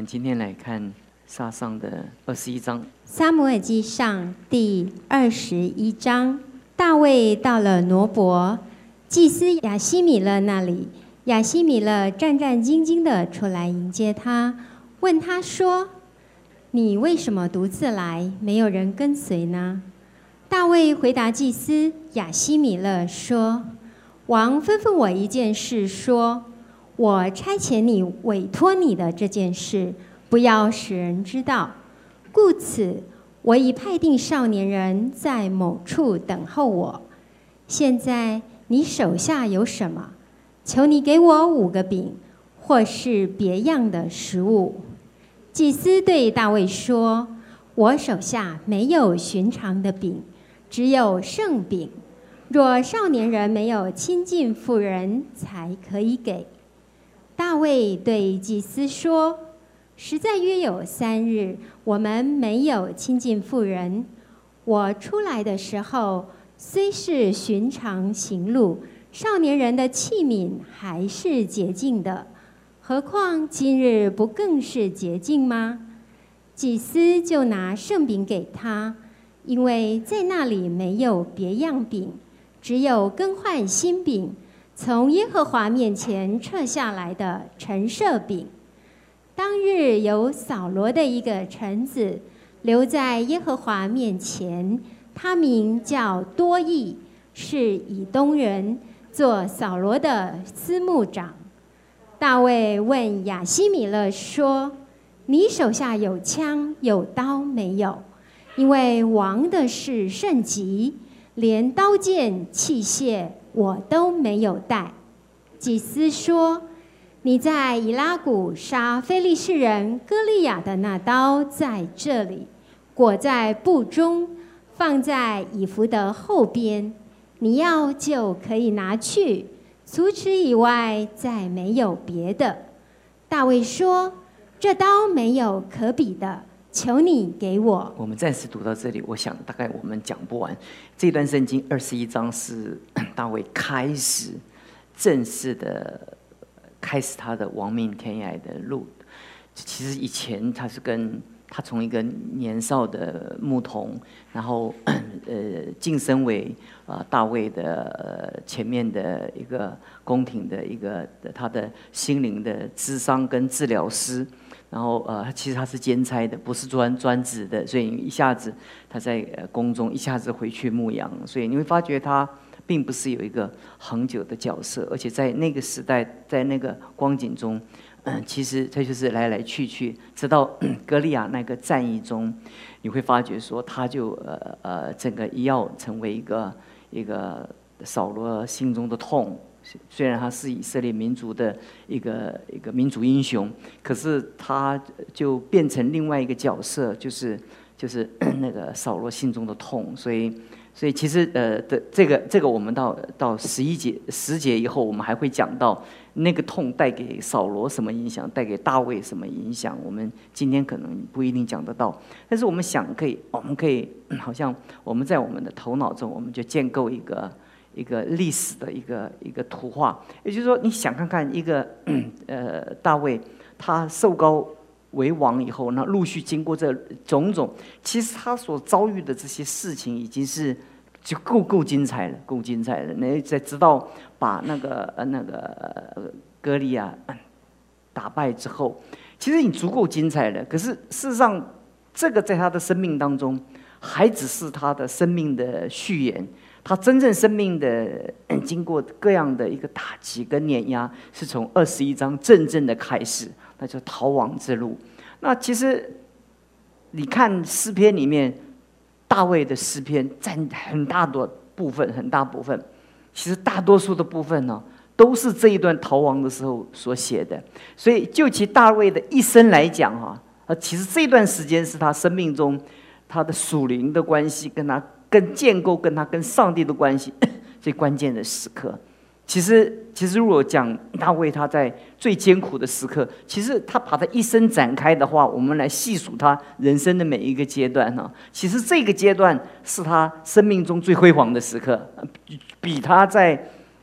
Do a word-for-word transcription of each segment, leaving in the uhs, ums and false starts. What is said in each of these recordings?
们今天来看撒上的二十一章。 撒母耳记上第二十一章，大卫到了挪伯，祭司亚希米勒那里。亚希米勒战战兢兢地出来迎接他，问他说：“你为什么独自来，没有人跟随呢？”大卫回答祭司亚希米勒说：“王吩咐我一件事，说我差遣你委托你的这件事，不要使人知道。故此，我已派定少年人在某处等候我。现在你手下有什么？求你给我五个饼，或是别样的食物。”祭司对大卫说：“我手下没有寻常的饼，只有圣饼。若少年人没有亲近妇人，才可以给。”大卫对祭司说：“实在约有三日，我们没有亲近妇人。我出来的时候，虽是寻常行路，少年人的器皿还是洁净的，何况今日不更是洁净吗？”祭司就拿圣饼给他，因为在那里没有别样饼，只有更换新饼，从耶和华面前撤下来的陈设饼。当日有扫罗的一个臣子留在耶和华面前，他名叫多益，是以东人，做扫罗的司牧长。大卫问亚希米勒说：“你手下有枪有刀没有？因为王的事甚急，连刀剑器械我都没有带。”祭司说：“你在以拉谷杀非利士人歌利亚的那刀在这里，裹在布中，放在以弗得后边，你要就可以拿去，除此以外再没有别的。”大卫说：“这刀没有可比的，求你给我。” 我们暂时读到这里，我想大概我们讲不完。这段圣经二十一章是大卫开始正式的开始他的亡命天涯的路。其实以前他是跟他从一个年少的牧童，然后呃晋升为呃大卫的、呃、前面的一个宫廷的一个他的心灵的咨商跟治疗师。然后呃，其实他是兼差的，不是专专职的，所以一下子他在宫中，一下子回去牧羊，所以你会发觉他并不是有一个恒久的角色，而且在那个时代，在那个光景中，嗯，其实他就是来来去去，直到歌利亚那个战役中，你会发觉说，他就呃呃，整个要成为一个一个扫罗心中的痛。虽然他是以色列民族的一个一个民族英雄，可是他就变成另外一个角色，就是就是那个扫罗心中的痛。所以，所以其实呃的这个这个我们到到十一节十节以后，我们还会讲到那个痛带给扫罗什么影响，带给大卫什么影响。我们今天可能不一定讲得到，但是我们想可以，我们可以好像我们在我们的头脑中，我们就建构一个。一个历史的一个一个图画，也就是说，你想看看一个呃大卫，他受膏为王以后，那陆续经过这种种，其实他所遭遇的这些事情，已经是就够够精彩了，够精彩了。那在直到把那个呃那个呃歌利亚打败之后，其实你足够精彩了。可是事实上，这个在他的生命当中，还只是他的生命的序言。他真正生命的经过各样的一个打击跟碾压，是从二十一章真正的开始，那就是逃亡之路。那其实你看诗篇里面，大卫的诗篇占很大的部分，很大部分，其实大多数的部分呢，都是这一段逃亡的时候所写的。所以就其大卫的一生来讲哈，呃，其实这段时间是他生命中他的属灵的关系跟他。跟建构跟他跟上帝的关系最关键的时刻，其实其实如果讲大卫他在最艰苦的时刻，其实他把他一生展开的话，我们来细数他人生的每一个阶段呢，其实这个阶段是他生命中最辉煌的时刻，比他在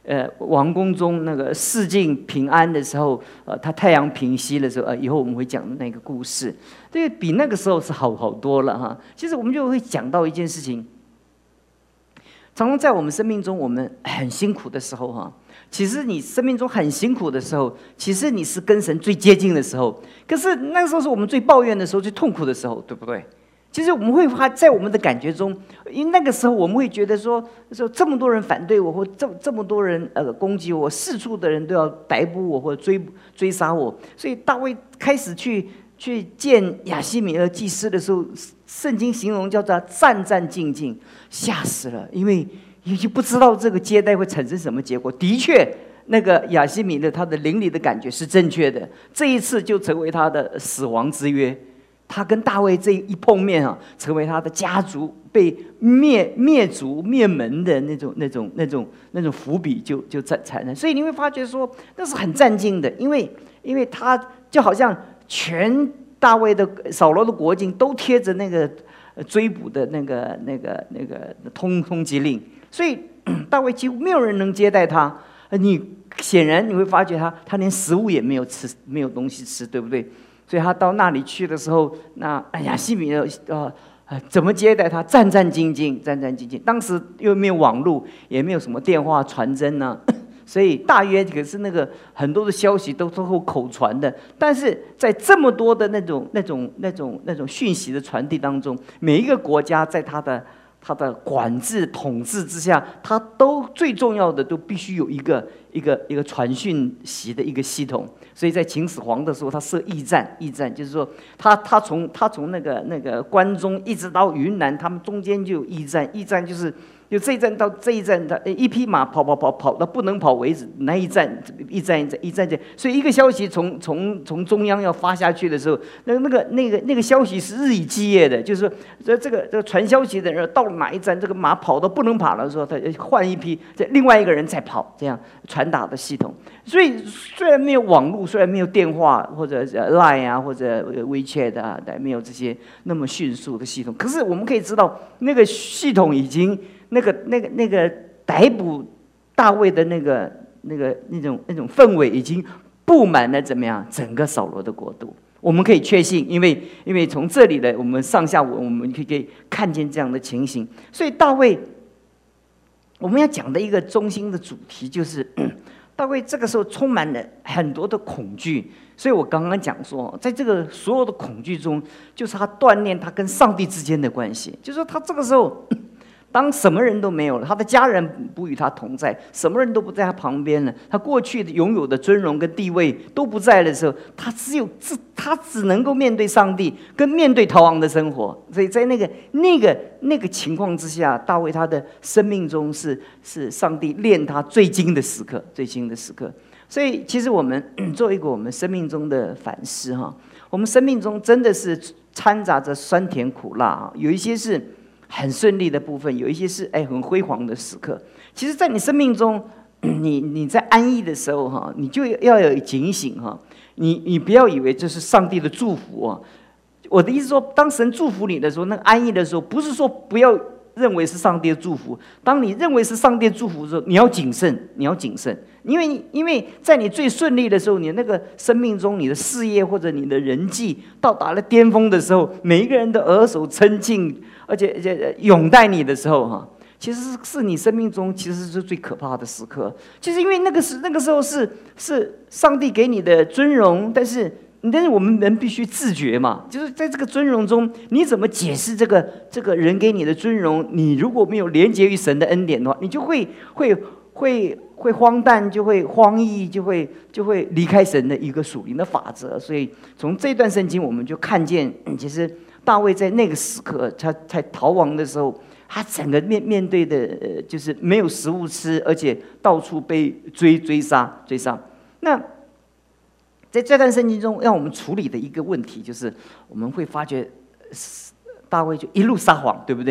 呃王宫中那个四境平安的时候，呃，他太阳平息的时候，呃，以后我们会讲的那个故事，这个比那个时候是好好多了哈。其实我们就会讲到一件事情，常常在我们生命中，我们很辛苦的时候哈。其实你生命中很辛苦的时候，其实你是跟神最接近的时候。可是那个时候是我们最抱怨的时候、最痛苦的时候，对不对？其实我们会发在我们的感觉中，因为那个时候我们会觉得说，说这么多人反对我，或这这么多人呃攻击我，四处的人都要逮捕我或者追追杀我。所以大卫开始去去见亚西米勒祭司的时候，圣经形容叫做战战兢兢，吓死了，因为。你就不知道这个接待会产生什么结果。的确，那个亚西米勒他的灵里的感觉是正确的，这一次就成为他的死亡之约。他跟大卫这一碰面啊，成为他的家族被灭灭族灭门的那种那种那种那种伏笔就就产生。所以你会发觉说，那是很战兢的，因为因为他就好像全大卫的扫罗的国境都贴着那个追捕的那个那个那个通通缉令。所以大卫几乎没有人能接待他，你显然你会发觉他，他连食物也没有吃，没有东西吃，对不对？所以他到那里去的时候，那亚西米勒呃怎么接待他？战战兢兢，战战兢兢。当时又没有网络，也没有什么电话传真呢、啊，所以大约可是那个很多的消息都是后口传的。但是在这么多的那种那种那种那种讯息的传递当中，每一个国家在他的。他的管制统治之下，他都最重要的都必须有一个一个一个传讯息的一个系统。所以在秦始皇的时候，他设驿站，驿站就是说，他他从他从那个那个关中一直到云南，他们中间就有驿站，驿站就是就这一站到这一站，他一匹马跑跑跑跑到不能跑为止，那一站一站一站一站一站，所以一个消息从从从中央要发下去的时候，那那个那个那个消息是日以继夜的，就是说这这个这个传消息的人到了哪一站，这个马跑到不能跑的时候，他换一批，另外一个人再跑，这样传达的系统。所以虽然没有网络，虽然没有电话或者 Line 啊或者 WeChat 啊，没有这些那么迅速的系统，可是我们可以知道，那个系统已经。那个、那个、那个逮捕大卫的那个、那个、那种、那种氛围，已经布满了怎么样？整个扫罗的国度。我们可以确信，因为因为从这里的我们上下文，我们可以看见这样的情形。所以大卫，我们要讲的一个中心的主题就是，大卫这个时候充满了很多的恐惧。所以我刚刚讲说，在这个所有的恐惧中，就是他锻炼他跟上帝之间的关系，就是说他这个时候。当什么人都没有了，他的家人不与他同在，什么人都不在他旁边了，他过去拥有的尊荣跟地位都不在的时候，他只有他只能够面对上帝，跟面对逃亡的生活。所以在那个那个那个情况之下，大卫他的生命中是是上帝炼他最精的时刻，最精的时刻。所以其实我们做一个我们生命中的反思哈，我们生命中真的是掺杂着酸甜苦辣啊，有一些是。很顺利的部分，有一些是哎很辉煌的时刻。其实，在你生命中，你你在安逸的时候哈，你就要有警醒哈。你你不要以为这是上帝的祝福啊。我的意思说，当神祝福你的时候，那个安逸的时候，不是说不要认为是上帝的祝福。当你认为是上帝的祝福的时候，你要谨慎，你要谨慎，因为因为在你最顺利的时候，你那个生命中，你的事业或者你的人际到达了巅峰的时候，每一个人的额手称庆。而且而且拥戴你的时候哈，其实是是你生命中其实是最可怕的时刻。就是因为那个时那个时候是是上帝给你的尊荣，但是但是我们人必须自觉嘛，就是在这个尊荣中，你怎么解释这个这个人给你的尊荣？你如果没有连接于神的恩典的话，你就会会会会荒诞，就会荒逸，就会就会离开神的一个属灵的法则。所以从这段圣经，我们就看见，其实。大卫在那个时刻，他在逃亡的时候，他整个面面对的，呃，就是没有食物吃，而且到处被追追杀追杀。那在这段圣经中，让我们处理的一个问题，就是我们会发觉大卫就一路撒谎，对不对？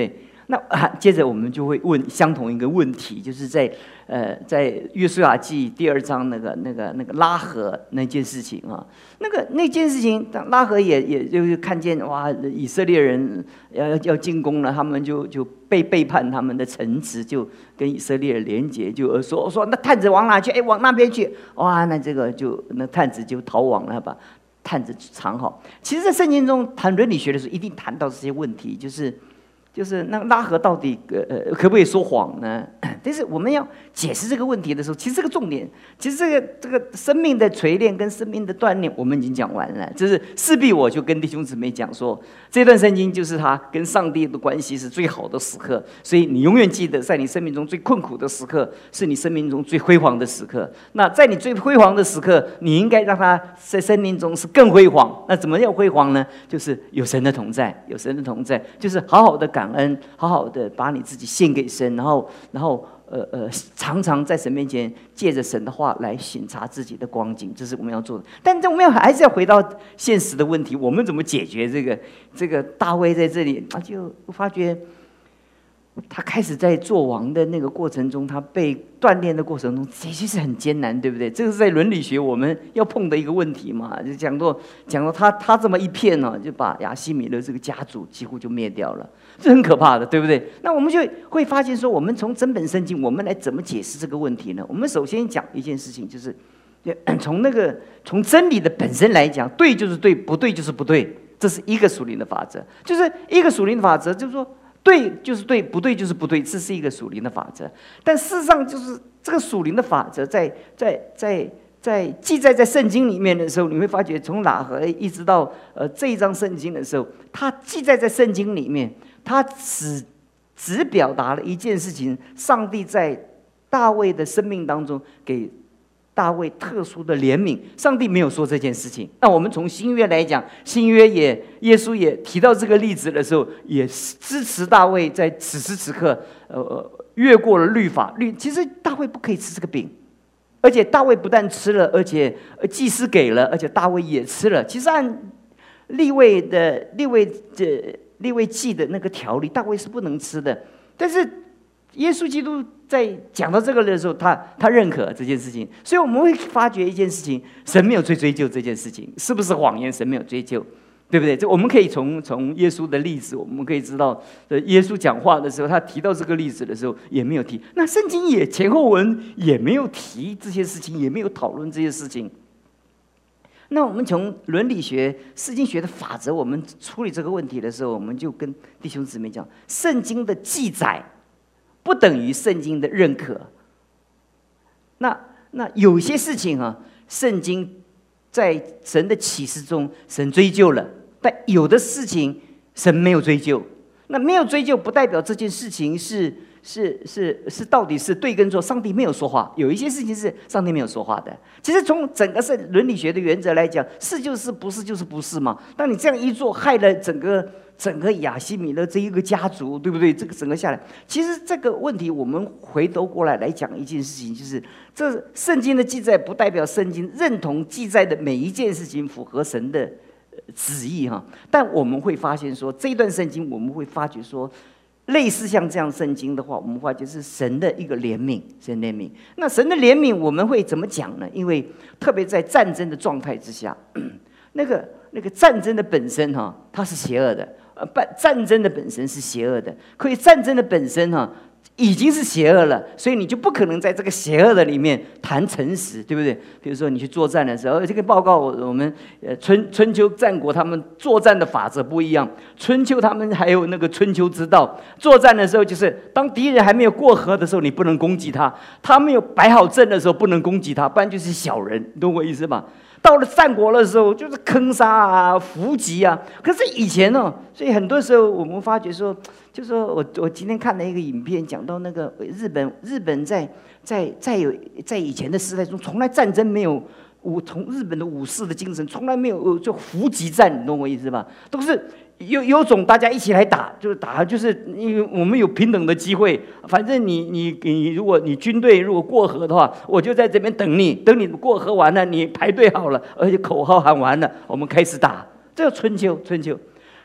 那、啊、接着我们就会问相同一个问题，就是在呃在约书亚记第二章那个那个那个拉合那件事情啊，那个那件事情，拉合也也就是看见哇，以色列人要要进攻了，他们就就被背叛他们的臣子，就跟以色列人连结，就说说那探子往哪去？哎，往那边去。哇，那这个就那探子就逃亡了吧。探子藏好，其实，在圣经中谈伦理学的时候，一定谈到这些问题，就是，就是那拉合到底呃可不可以说谎呢？但是我们要解释这个问题的时候，其实这个重点，其实这个这个生命的锤炼跟生命的锻炼，我们已经讲完了。就是势必我就跟弟兄姊妹讲说，这段圣经就是他跟上帝的关系是最好的时刻，所以你永远记得，在你生命中最困苦的时刻，是你生命中最辉煌的时刻。那在你最辉煌的时刻，你应该让他在生命中是更辉煌。那怎么样辉煌呢？就是有神的同在，有神的同在，就是好好的感恩，好好的把你自己献给神，然后，然后。呃呃，常常在神面前借着神的话来省察自己的光景，这是我们要做的。但是我们要还是要回到现实的问题，我们怎么解决这个？这个大卫在这里，他就发觉他开始在做王的那个过程中，他被锻炼的过程中，其实是很艰难，对不对？这个是在伦理学我们要碰的一个问题嘛。就讲到讲到他他这么一骗呢、哦，就把亚西米勒这个家族几乎就灭掉了。这很可怕的，对不对？那我们就会发现说，我们从整本圣经，我们来怎么解释这个问题呢？我们首先讲一件事情，就是从那个从真理的本身来讲，对就是对，不对就是不对，这是一个属灵的法则，就是一个属灵的法则，就是说对就是对，不对就是不对，这是一个属灵的法则。但事实上，就是这个属灵的法则在在在。在记载在圣经里面的时候，你会发觉从喇合一直到呃这一章圣经的时候，它记载在圣经里面，它只只表达了一件事情：上帝在大卫的生命当中给大卫特殊的怜悯。上帝没有说这件事情。那我们从新约来讲，新约也耶稣也提到这个例子的时候，也支持大卫在此时此刻呃越过了律法律。其实大卫不可以吃这个饼。而且大卫不但吃了，而且祭司给了，而且大卫也吃了。其实按利未的利未的利未记的那个条例，大卫是不能吃的。但是耶稣基督在讲到这个的时候，他他认可这件事情。所以我们会发觉一件事情：神没有去追究这件事情是不是谎言，神没有追究。对不对？这我们可以从从耶稣的例子，我们可以知道，耶稣讲话的时候，他提到这个例子的时候，也没有提。那圣经也前后文也没有提这些事情，也没有讨论这些事情。那我们从伦理学、释经学的法则，我们处理这个问题的时候，我们就跟弟兄姊妹讲：圣经的记载不等于圣经的认可。那那有些事情啊，圣经在神的启示中，神追究了。但有的事情神没有追究，那没有追究不代表这件事情是是是是到底是对跟错，上帝没有说话。有一些事情是上帝没有说话的。其实从整个是伦理学的原则来讲，是就是，不是就是不是嘛。当你这样一做，害了整个整个亚西米勒这一个家族，对不对？这个整个下来，其实这个问题我们回头过来来讲一件事情，就是这圣经的记载不代表圣经认同记载的每一件事情符合神的旨意哈，但我们会发现说，这一段圣经我们会发觉说，类似像这样圣经的话，我们发觉是神的一个怜悯，神怜悯。那神的怜悯我们会怎么讲呢？因为特别在战争的状态之下，那个那个战争的本身哈，它是邪恶的，呃，战争的本身是邪恶的，可以战争的本身哈。已经是邪恶了，所以你就不可能在这个邪恶的里面谈诚实，对不对？比如说你去作战的时候，这个报告我们呃春春秋战国他们作战的法则不一样。春秋他们还有那个春秋之道，作战的时候就是当敌人还没有过河的时候，你不能攻击他；他没有摆好阵的时候，不能攻击他，不然就是小人，你懂我意思吧？到了战国的时候，就是坑杀啊、伏击啊。可是以前呢、哦，所以很多时候我们发觉说，就说我我今天看了一个影片，讲到那个日本，日本在在在有在以前的时代中，从来战争没有武，从日本的武士的精神，从来没有就伏击战，你懂我意思吧？都是。有有种大家一起来打，就是打，就是因为我们有平等的机会。反正你你你，如果你军队如果过河的话，我就在这边等你，等你过河完了，你排队好了，而且口号喊完了，我们开始打。这叫春秋，春秋。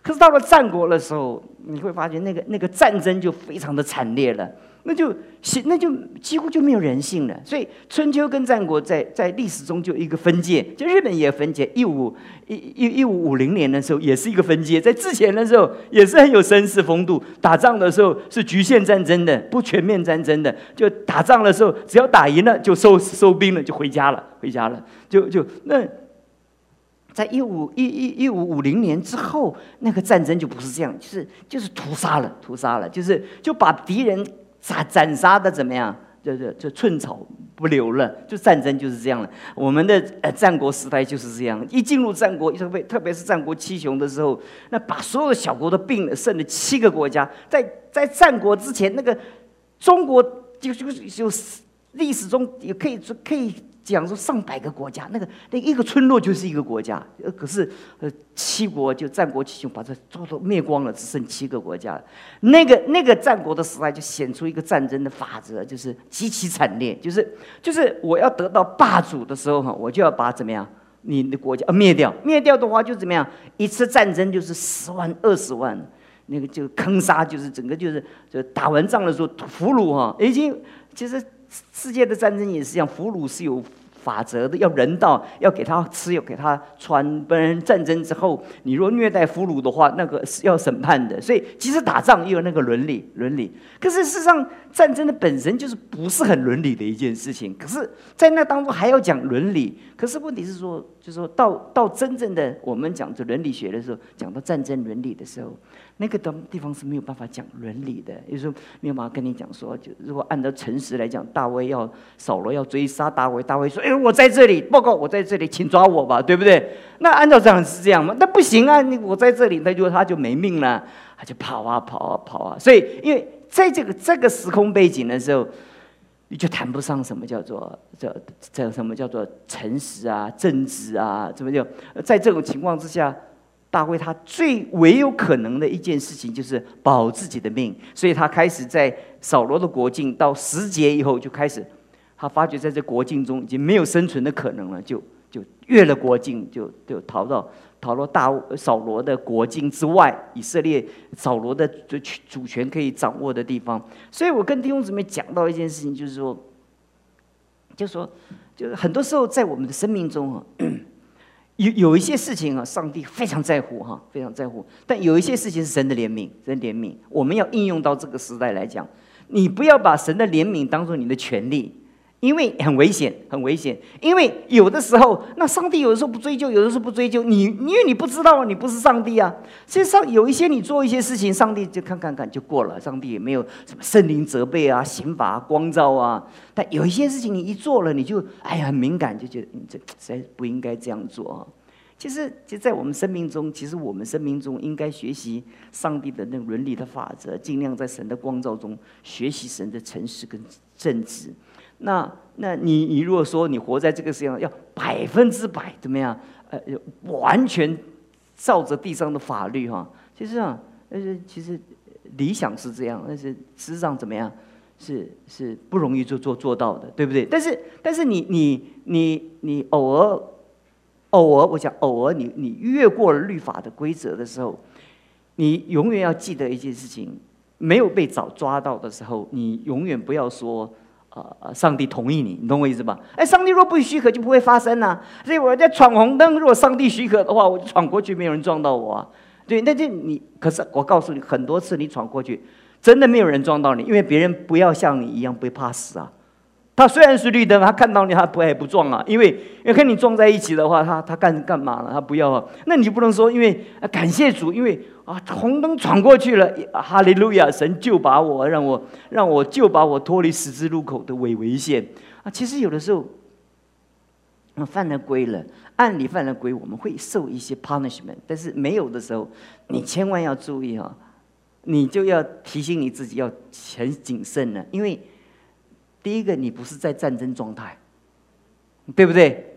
可是到了战国的时候，你会发现那个那个战争就非常的惨烈了。那就那就几乎就没有人性了，所以春秋跟战国在在历史中就一个分界，就日本也分界。一五一一一五五零年的时候也是一个分界，在之前的时候也是很有绅士风度，打仗的时候是局限战争的，不全面战争的。就打仗的时候，只要打赢了就收收兵了，就回家了，回家了，就就那。在一五一一一五五零年之后，那个战争就不是这样，就是就是屠杀了，屠杀了，就是就把敌人斩斩杀的怎么样？就就就寸草不留了，就战争就是这样了。我们的呃战国时代就是这样，一进入战国，特别特别是战国七雄的时候，那把所有的小国都并了，剩了七个国家。在在战国之前，那个中国就就就历史中也可以可以。讲说上百个国家，那个那一个村落就是一个国家，呃，可是呃七国就战国七雄把这todo都灭光了，只剩七个国家了。那个那个战国的时代就显出一个战争的法则，就是极其惨烈，就是就是我要得到霸主的时候哈，我就要把怎么样你的国家灭掉，灭掉的话就怎么样，一次战争就是十万二十万，那个就坑杀，就是整个就是就打完仗的时候俘虏哈，已经其实。世界的战争也是一样，俘虏是有法则的，要人道，要给他吃，要给他穿。不然战争之后，你若虐待俘虏的话，那个是要审判的。所以，即使打仗也有那个伦理，伦理。可是事实上，战争的本身就是不是很伦理的一件事情。可是，在那当中还要讲伦理。可是问题是说，就是说到到真正的我们讲这伦理学的时候，讲到战争伦理的时候。那个地方是没有办法讲伦理的，有时候没有办法跟你讲说，就如果按照诚实来讲，大卫要扫罗要追杀大卫，大卫说：“哎，我在这里，报告我在这里，请抓我吧，对不对？”那按照这样是这样吗？那不行啊！你我在这里，他就他就没命了，他就跑啊跑啊跑啊。所以，因为在这个这个时空背景的时候，你就谈不上什么叫做这这什么叫做诚实啊、正直啊，怎么就在这种情况之下。大卫他最唯有可能的一件事情就是保自己的命，所以他开始在扫罗的国境到十节以后就开始，他发觉在这国境中已经没有生存的可能了，就就越了国境，就就逃到逃到大扫罗的国境之外，以色列扫罗的主权可以掌握的地方。所以我跟弟兄姊妹讲到一件事情，就是说，就说就是很多时候在我们的生命中啊。有有一些事情啊，上帝非常在乎哈，非常在乎。但有一些事情是神的怜悯，神的怜悯，我们要应用到这个时代来讲。你不要把神的怜悯当作你的权利，因为很危险，很危险。因为有的时候，那上帝有的时候不追究，有的时候不追究你，因为你不知道，你不是上帝啊。实际上有一些你做一些事情，上帝就看看看就过了，上帝也没有什么圣灵责备啊、刑罚、光照啊。但有一些事情你一做了，你就哎呀很敏感，就觉得你这实在不应该这样做啊。其实，就在我们生命中，其实我们生命中应该学习上帝的那个伦理的法则，尽量在神的光照中学习神的诚实跟正直。那，那你你如果说你活在这个世界上，要百分之百怎么样？呃，完全照着地上的法律哈，其实啊，但是其实理想是这样，但是事实上怎么样？是是不容易做做做到的，对不对？但是但是你你你你偶尔偶尔，我讲偶尔你你越过了律法的规则的时候，你永远要记得一件事情：没有被早抓到的时候，你永远不要说呃上帝同意你，你懂我意思吧？哎，上帝若不许可，就不会发生啊。所以我在闯红灯，如果上帝许可的话，我就闯过去，没有人撞到我啊。对，那就你可是我告诉你，很多次你闯过去。真的没有人撞到你，因为别人不要像你一样不会怕死啊。他虽然是绿灯，他看到你他不会不撞啊，因为因为跟你撞在一起的话，他他干干嘛了？他不要啊。那你不能说因为感谢主，因为啊红灯闯过去了，哈利路亚，神救把我，让我让我救把我脱离十字路口的危危险啊。其实有的时候，犯了规了，按理犯了规，我们会受一些 punishment， 但是没有的时候，你千万要注意啊。你就要提醒你自己要很谨慎了，因为第一个你不是在战争状态，对不对？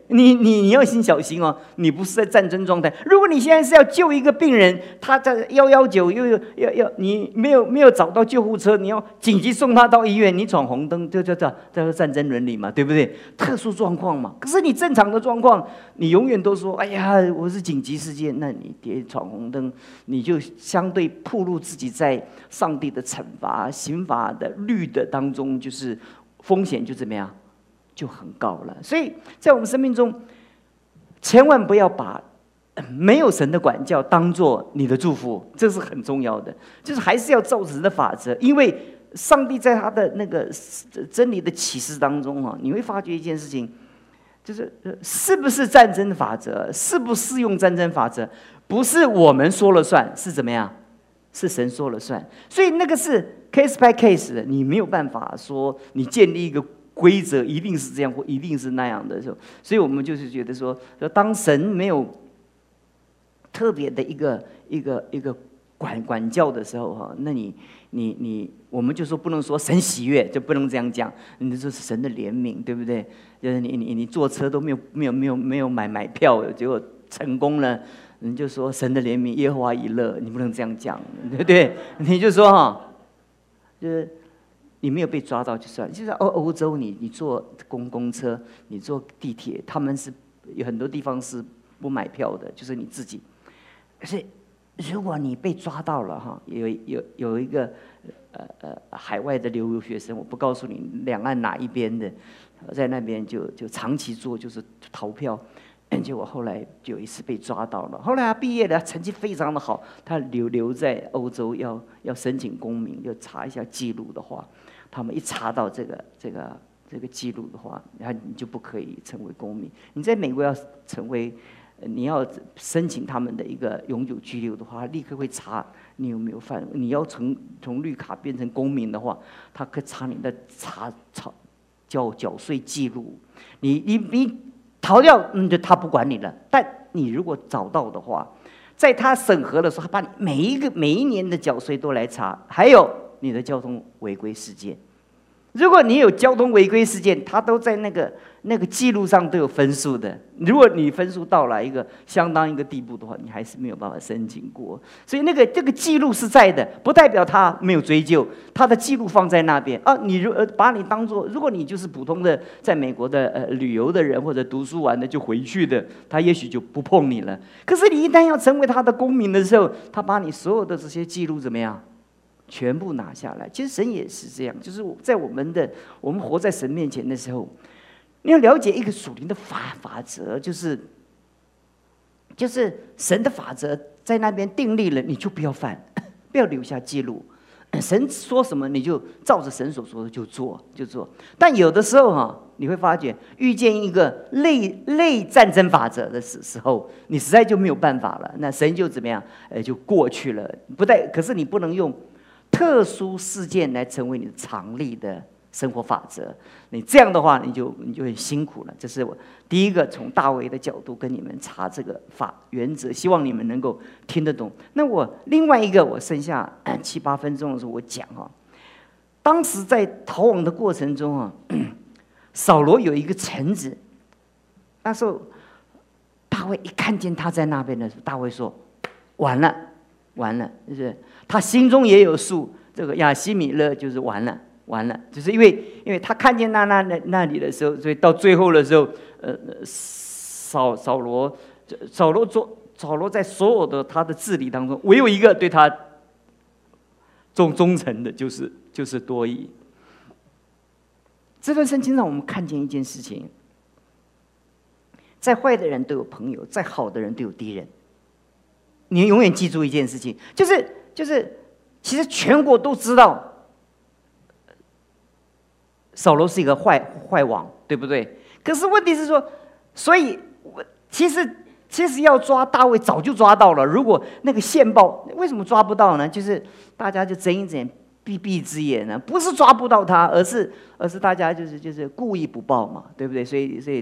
你你你要先小心哦，你不是在战争状态。如果你现在是要救一个病人，他在一一九又要要要你没有没有找到救护车，你要紧急送他到医院，你闯红灯，这这这这是战争伦理嘛，对不对？特殊状况嘛。可是你正常的状况，你永远都说，哎呀，我是紧急事件，那你别闯红灯，你就相对暴露自己在上帝的惩罚、刑罚的律的当中，就是风险就怎么样？就很高了。所以在我们生命中，千万不要把没有神的管教当作你的祝福，这是很重要的。就是还是要照神的法则，因为上帝在他的那个真理的启示当中啊，你会发觉一件事情，就是是不是战争的法则，适不适用战争法则，不是我们说了算，是怎么样？是神说了算。所以那个是 case by case 的，你没有办法说你建立一个规则一定是这样或一定是那样的时候，所以我们就是觉得说，当神没有特别的一个一个一个管管教的时候哈，那你你你，我们就说不能说神喜悦，就不能这样讲，你说是神的怜悯，对不对？就是你你你坐车都没有没有没有没有买买票，结果成功了，你就说神的怜悯，耶和华以乐，你不能这样讲，对不对？你就说哈，就是。你没有被抓到就算，就是欧欧洲你，你你坐公共车，你坐地铁，他们是有很多地方是不买票的，就是你自己。可是如果你被抓到了哈，有有有一个呃呃海外的留学生，我不告诉你两岸哪一边的，在那边就就长期做就是逃票。结果后来就有一次被抓到了，后来他毕业了，成绩非常的好，他留留在欧洲要要申请公民，要查一下记录的话，他们一查到这个这个这个记录的话，然后你就不可以成为公民。你在美国要成为，你要申请他们的一个永久居留的话，立刻会查你有没有犯。你要从从绿卡变成公民的话，他可以查你的查查缴缴税记录，你你你。逃掉，嗯，就他不管你了。但你如果找到的话，在他审核的时候，他把你每一个每一年的缴税都来查，还有你的交通违规事件。如果你有交通违规事件，他都在那个那个记录上都有分数的。如果你分数到了一个相当一个地步的话，你还是没有办法申请过。所以那个这个记录是在的，不代表他没有追究，他的记录放在那边啊。你如呃把你当做，如果你就是普通的在美国的呃旅游的人或者读书完的就回去的，他也许就不碰你了。可是你一旦要成为他的公民的时候，他把你所有的这些记录怎么样？全部拿下来。其实神也是这样，就是在我们的我们活在神面前的时候，你要了解一个属灵的法法则，就是就是神的法则在那边定立了，你就不要犯，不要留下记录。神说什么你就照着神所说的就做就做。但有的时候哈，你会发觉遇见一个类类战争法则的时时候，你实在就没有办法了。那神就怎么样？呃，就过去了。不但可是你不能用特殊事件来成为你常例的生活法则，你这样的话，你就你就很辛苦了。这是我第一个从大卫的角度跟你们查这个法原则，希望你们能够听得懂。那我另外一个，我剩下七八分钟的时候，我讲哈，当时在逃亡的过程中啊，扫罗有一个臣子，那时候大卫一看见他在那边的时候，大卫说：“完了，完了，就是他心中也有数。这个亚希米勒就是完了。”完了，就是因为因为他看见那那那那里的时候，所以到最后的时候，呃，扫扫罗扫罗做扫罗在所有的他的治理当中，唯有一个对他忠忠诚的，就是就是多益。这段圣经让我们看见一件事情：再坏的人都有朋友，再好的人都有敌人。你永远记住一件事情，就是就是，其实全国都知道。扫罗是一个坏坏王，对不对？可是问题是说，所以其实其实要抓大卫早就抓到了。如果那个线报为什么抓不到呢？就是大家就睁一只眼闭闭一只眼呢，不是抓不到他，而是而是大家就是就是故意不报嘛，对不对？所以所以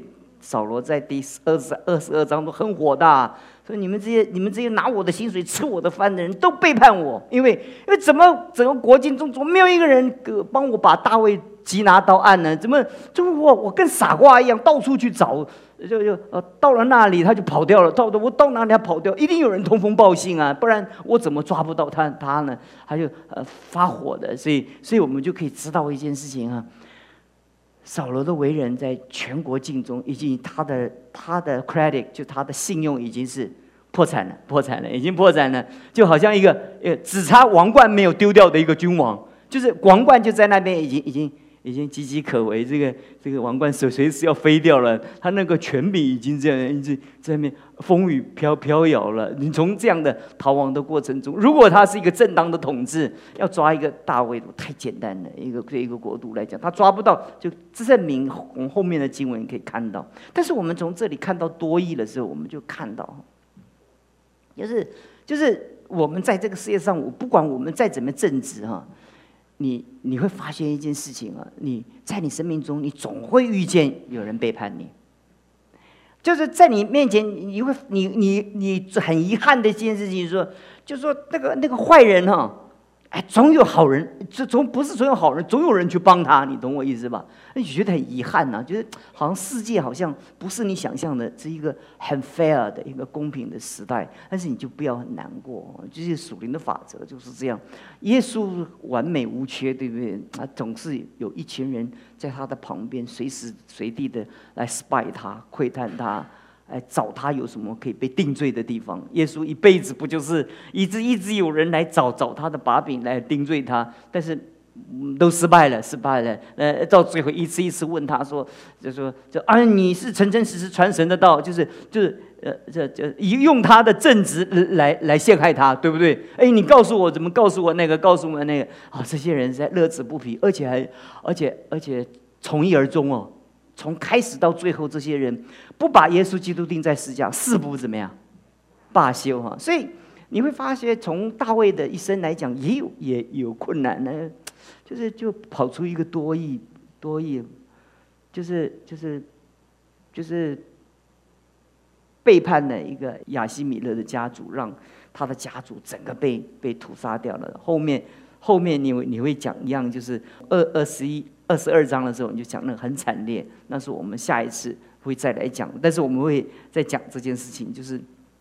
扫罗在第二十二十二章都很火大，说你们这些你们这些拿我的薪水吃我的饭的人都背叛我，因为因为怎么整个国境中怎么没有一个人帮我把大卫缉拿到案呢？怎么就我我跟傻瓜一样到处去找，就就呃到了那里他就跑掉了，到我到哪里他跑掉，一定有人通风报信啊，不然我怎么抓不到他他呢？他就呃发火的，所以所以我们就可以知道一件事情啊。扫罗的为人在全国境中，以及他的他的 credit 就他的信用已经是破产了，破产了，已经破产了，就好像一个呃只差王冠没有丢掉的一个君王，就是王冠就在那边已经已经已经岌岌可危，这个这个王冠随随时要飞掉了，他那个权柄已经这样一直在那边风雨飘飘摇了。你从这样的逃亡的过程中，如果他是一个正当的统治，要抓一个大卫太简单了，一个对一个国度来讲，他抓不到，就证明我们后面的经文可以看到。但是我们从这里看到多益的时候，我们就看到，就是就是我们在这个世界上，我不管我们再怎么正直哈。你你会发现一件事情啊，你在你生命中，你总会遇见有人背叛你，就是在你面前，你会你你你很遗憾的一件事情说，就说那个那个坏人哈、啊，哎，总有好人，这总不是总有好人，总有人去帮他，你懂我意思吧？你觉得很遗憾呐、啊，觉得好像世界好像不是你想象的，是一个很 fair 的一个公平的时代，但是你就不要很难过，就是属灵的法则就是这样。耶稣完美无缺，对不对？他总是有一群人在他的旁边，随时随地的来 spy 他、窥探他。来找他有什么可以被定罪的地方？耶稣一辈子不就是一直一直有人来找找他的把柄来定罪他，但是都失败了，失败了。呃，到最后一次一次问他说，就说就啊，你是诚诚实实传神的道，就是就是呃这这用他的正直来来陷害他，对不对？哎，你告诉我怎么告诉我那个，告诉我那个啊、哦，这些人在乐此不疲，而且还而且而且从一而终哦。从开始到最后，这些人不把耶稣基督钉在十字架，誓不怎么样罢休哈。所以你会发现，从大卫的一生来讲，也有也有困难呢，就是就跑出一个多益多益，就是就是就是背叛了一个亚希米勒的家族，让他的家族整个被被屠杀掉了。后面后面你会你会讲一样，就是二二十一。二十二章的时候，你就讲那个很惨烈，那是我们下一次会再来讲。但是我们会再讲这件事情，就是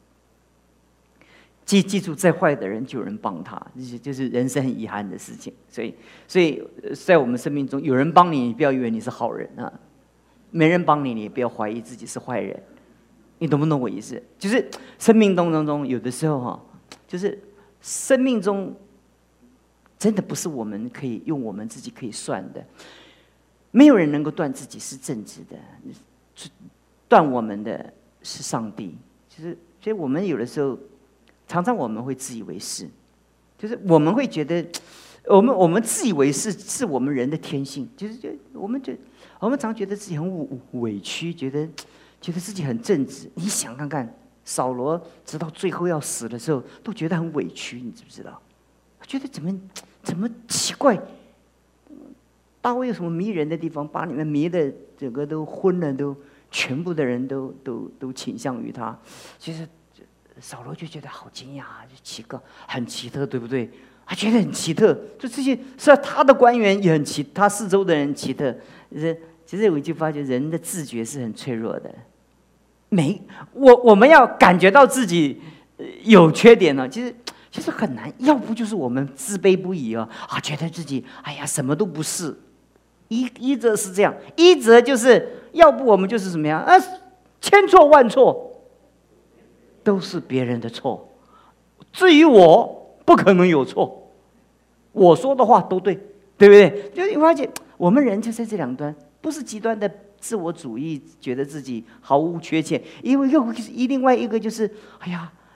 记记住，再坏的人就有人帮他，就是就是人生很遗憾的事情。所以，所以在我们生命中，有人帮你，你不要以为你是好人啊；没人帮你，你也不要怀疑自己是坏人。你懂不懂我意思？就是生命当中，有的时候哈，就是生命中。真的不是我们可以用我们自己可以算的，没有人能够断自己是正直的，断我们的是上帝。就是，所以我们有的时候，常常我们会自以为是，就是我们会觉得，我们我们自以为是是我们人的天性，就是就我们就我们常觉得自己很委屈，觉得觉得自己很正直。你想看看，扫罗直到最后要死的时候，都觉得很委屈，你知不知道？觉得怎么？怎么奇怪？大卫有什么迷人的地方？把你们迷的整个都昏了，都全部的人都都都倾向于他。其实扫罗就觉得好惊讶，就奇怪，很奇特，对不对？他觉得很奇特，就这些是他的官员也很奇，他四周的人奇特。其实我就发觉人的自觉是很脆弱的。没，我我们要感觉到自己有缺点呢，其实。其实很难，要不就是我们自卑不已啊，啊，觉得自己哎呀什么都不是，一一则是这样，一则就是要不我们就是什么样啊，千错万错都是别人的错，至于我不可能有错，我说的话都对，对不对？就你发现我们人就在这两端，不是极端的自我主义，觉得自己毫无缺陷，因为又一另外一个就是哎呀。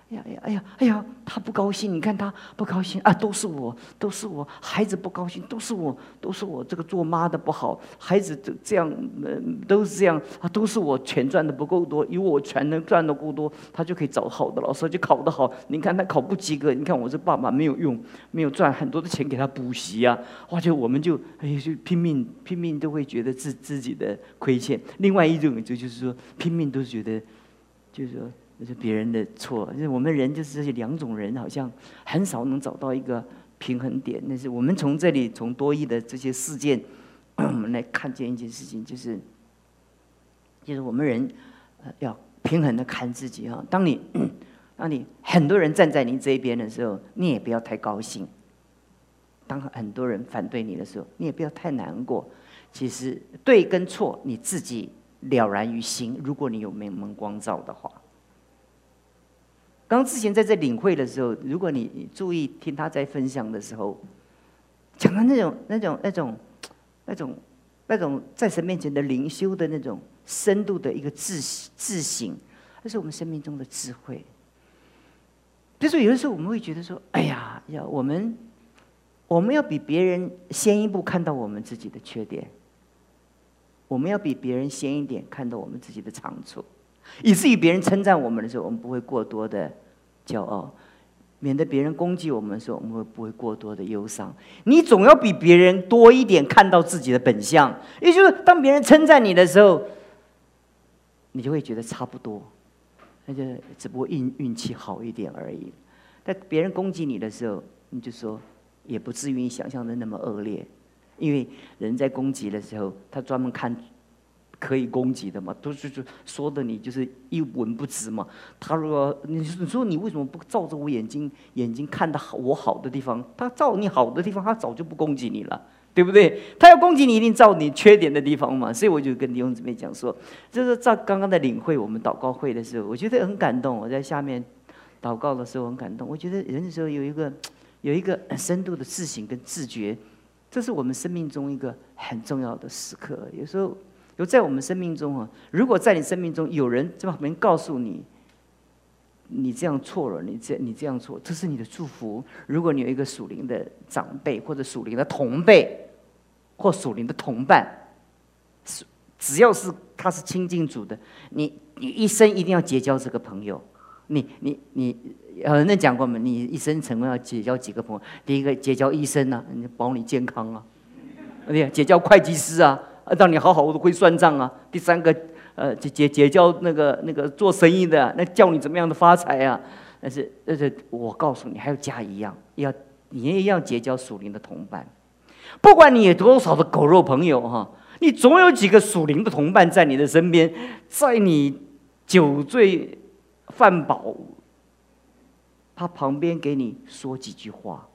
哎呀哎呀哎呀哎呀，他不高兴，你看他不高兴啊，都是我，都是我，孩子不高兴，都是我，都是我这个做妈的不好，孩子这这样，呃，都是这样啊，都是我钱赚的不够多，有我钱能赚的够多，他就可以找好的老师，就考得好。你看他考不及格，你看我这爸爸没有用，没有赚很多的钱给他补习啊，哇，就我们就哎就拼命拼命都会觉得自自己的亏欠。另外一种就就是说拼命都是觉得，就是说。那是别人的错，就是我们人就是这两种人，好像很少能找到一个平衡点。但是我们从这里从多益的这些事件，我们来看见一件事情，就是就是我们人呃要平衡的看自己哈。当你当你很多人站在你这一边的时候，你也不要太高兴；当很多人反对你的时候，你也不要太难过。其实对跟错你自己了然于心，如果你有明门光照的话。刚之前在这领会的时候，如果你注意听他在分享的时候，讲的那种、那种、那种、那种、那种在神面前的灵修的那种深度的一个自自省，这是我们生命中的智慧。就是有的时候我们会觉得说：“哎呀，呀，我们我们要比别人先一步看到我们自己的缺点，我们要比别人先一点看到我们自己的长处。”以至于别人称赞我们的时候，我们不会过多的骄傲；免得别人攻击我们的时候，我们会不会过多的忧伤。你总要比别人多一点看到自己的本相，也就是当别人称赞你的时候，你就会觉得差不多，那就只不过运运气好一点而已。但别人攻击你的时候，你就说也不至于你想象的那么恶劣，因为人在攻击的时候，他专门看。可以攻击的嘛，都是说的你就是一文不值嘛。他如果你说你为什么不照着我眼睛眼睛看的好我好的地方，他照你好的地方，他早就不攻击你了，对不对？他要攻击你，一定照你缺点的地方嘛。所以我就跟弟兄姊妹讲说，就是在刚刚的领会我们祷告会的时候，我觉得很感动。我在下面祷告的时候很感动，我觉得人的时候有一个有一个深度的自省跟自觉，这是我们生命中一个很重要的时刻。有时候。有在我们生命中啊，如果在你生命中有人在旁边告诉你，你这样错了，你这你这样错，这是你的祝福。如果你有一个属灵的长辈，或者属灵的同辈，或属灵的同伴，只要是他是亲近主的，你你一生一定要结交这个朋友。你你你，有人讲过吗？你一生成功要结交几个朋友？第一个结交医生啊，保你健康啊；对，结交会计师啊。让你好好的会算账啊！第三个，呃，结结交那个那个做生意的、啊，那教你怎么样的发财啊！但是，但是我告诉你，还有加一样，要你也要结交属灵的同伴。不管你有多少的狗肉朋友哈，你总有几个属灵的同伴在你的身边，在你酒醉饭饱，他旁边给你说几句话。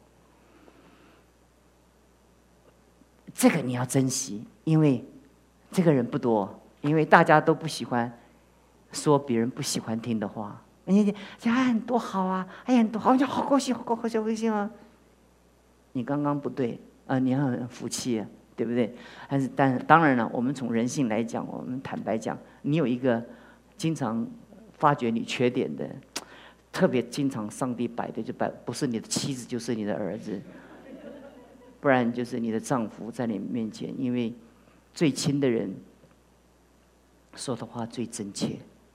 这个你要珍惜，因为这个人不多，因为大家都不喜欢说别人不喜欢听的话。人家讲哎，多好啊，哎呀，多好，就好高兴，好高兴，好高兴啊！你刚刚不对啊，你要很服气啊，对不对？但是，但当然了，我们从人性来讲，我们坦白讲，你有一个经常发觉你缺点的，特别经常上帝摆的就摆，不是你的妻子，就是你的儿子。不然就是你的丈夫在你面前，因为最亲的人说的话最真切。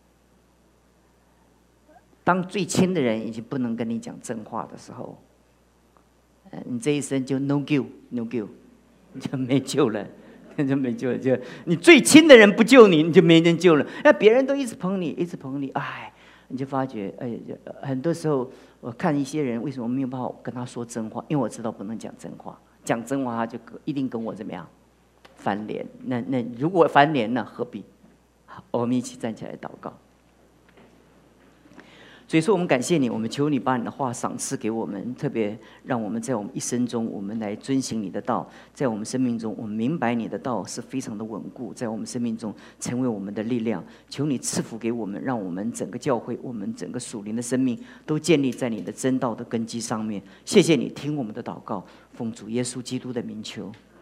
当最亲的人已经不能跟你讲真话的时候，你这一生就 no go no go， 你就没救了，你就没救了。就你最亲的人不救你，你就没人救了。那别人都一直捧你，一直捧你，哎，你就发觉，哎，很多时候我看一些人为什么没有办法跟他说真话，因为我知道不能讲真话。讲真话，他就一定跟我怎么样翻脸。那那如果翻脸呢，何必？好，我们一起站起来祷告。所以说，我们感谢你，我们求你把你的话赏赐给我们，特别让我们在我们一生中，我们来遵行你的道，在我们生命中，我们明白你的道是非常的稳固，在我们生命中成为我们的力量。求你赐福给我们，让我们整个教会，我们整个属灵的生命都建立在你的真道的根基上面。谢谢你听我们的祷告，奉主耶稣基督的名求，